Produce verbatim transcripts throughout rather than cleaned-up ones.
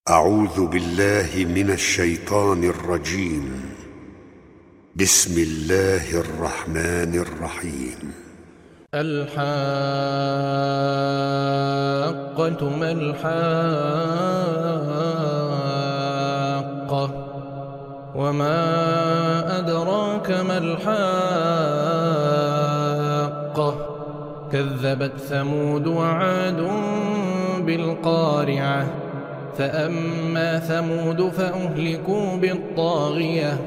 أعوذ بالله من الشيطان الرجيم. بسم الله الرحمن الرحيم. الحاقة ما الحاقة وما أدراك ما الحاقة كذبت ثمود وعاد بالقارعة فأما ثمود فأهلكوا بالطاغية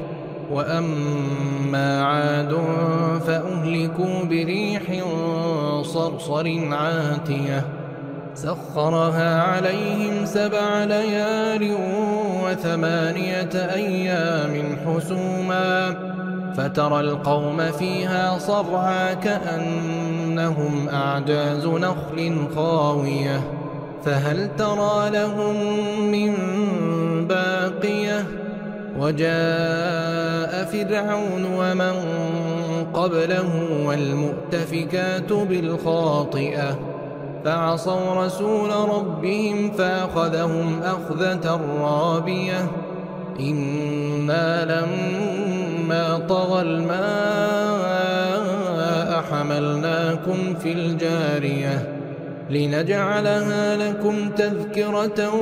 وأما عاد فأهلكوا بريح صرصر عاتية سخرها عليهم سبع ليال وثمانية أيام حسوما فترى القوم فيها صرعى كأنهم أعجاز نخل خاوية فهل ترى لهم من باقية وجاء فرعون ومن قبله والمؤتفكات بالخاطئة فعصوا رسول ربهم فأخذهم أخذة رابية إنا لما طغى الماء حملناكم في الجارية لنجعلها لكم تذكرة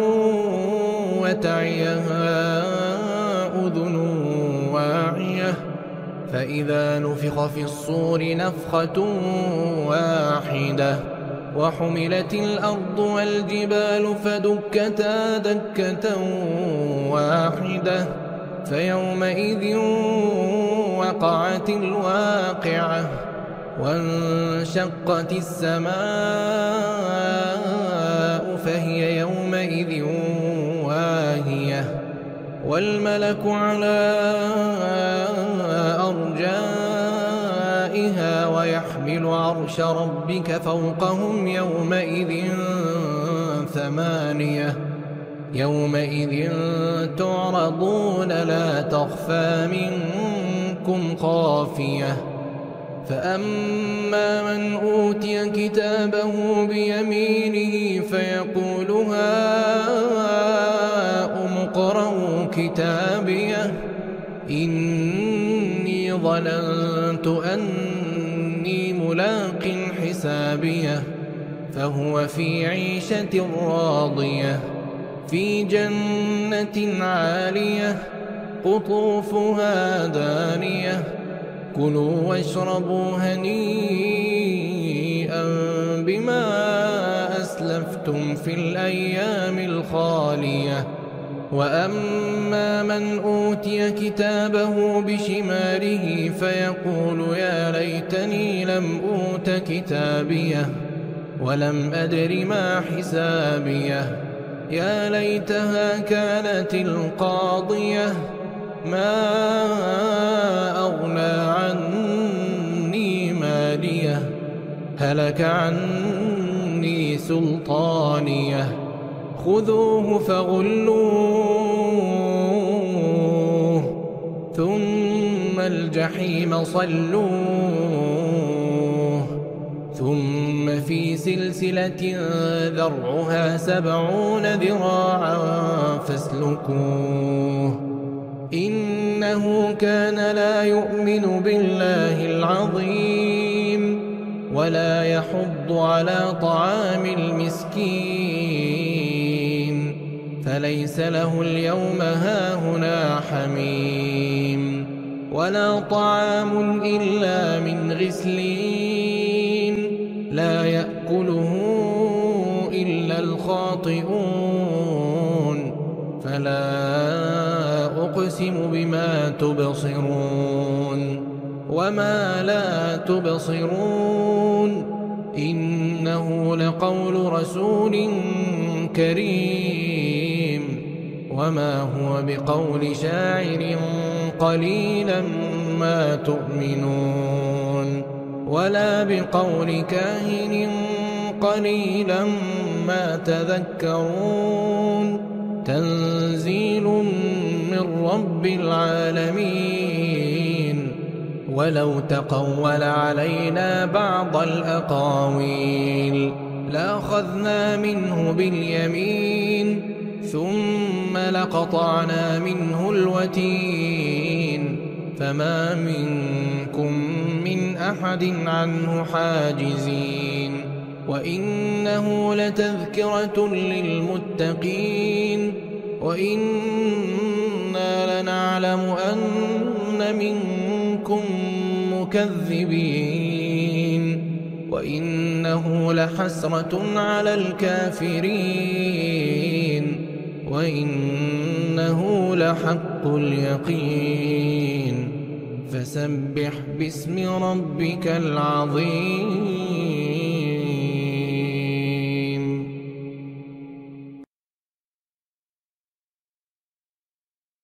وتعيها أذن واعية فإذا نفخ في الصور نفخة واحدة وحملت الأرض والجبال فدكتا دكة واحدة فيومئذ وقعت الواقعة وانشقت السماء فهي يومئذ واهية والملك على أرجائها ويحمل عرش ربك فوقهم يومئذ ثمانية يومئذ تعرضون لا تخفى منكم خافية فأما من أوتي كتابه بيمينه فيقول هاؤم اقرءوا كتابيه إني ظننت أني ملاق حسابيه فهو في عيشة راضية في جنة عالية قطوفها دانية كلوا واشربوا هنيئا بما أسلفتم في الأيام الخالية وأما من أوتي كتابه بشماله فيقول يا ليتني لم أوت كتابيه ولم أدر ما حسابيه يا ليتها كانت القاضية ما أغنى عني ماليه هلك عني سلطانيه خذوه فغلوه ذُمَّ الجحيم صلوه ثم في سلسلة ذرعها سبعون ذراعا فاسلكوه إنه كان لا يؤمن بالله العظيم ولا يحض على طعام المسكين فليس له اليوم هاهنا حميم ولا طعام إلا من غسلين لا يأكله إلا الخاطئون فلا أقسم بما تبصرون وما لا تبصرون إنه لقول رسول كريم وما هو بقول شاعر قليلا ما تؤمنون ولا بقول كاهن قليلا ما تذكرون تنزيل من رب العالمين ولو تقول علينا بعض الأقاويل لأخذنا منه باليمين ثم ثم لقطعنا منه الوتين فما منكم من أحد عنه حاجزين وإنه لتذكرة للمتقين وإنا لنعلم أن منكم مكذبين وإنه لحسرة على الكافرين وإنه لحق اليقين فسبح باسم ربك العظيم.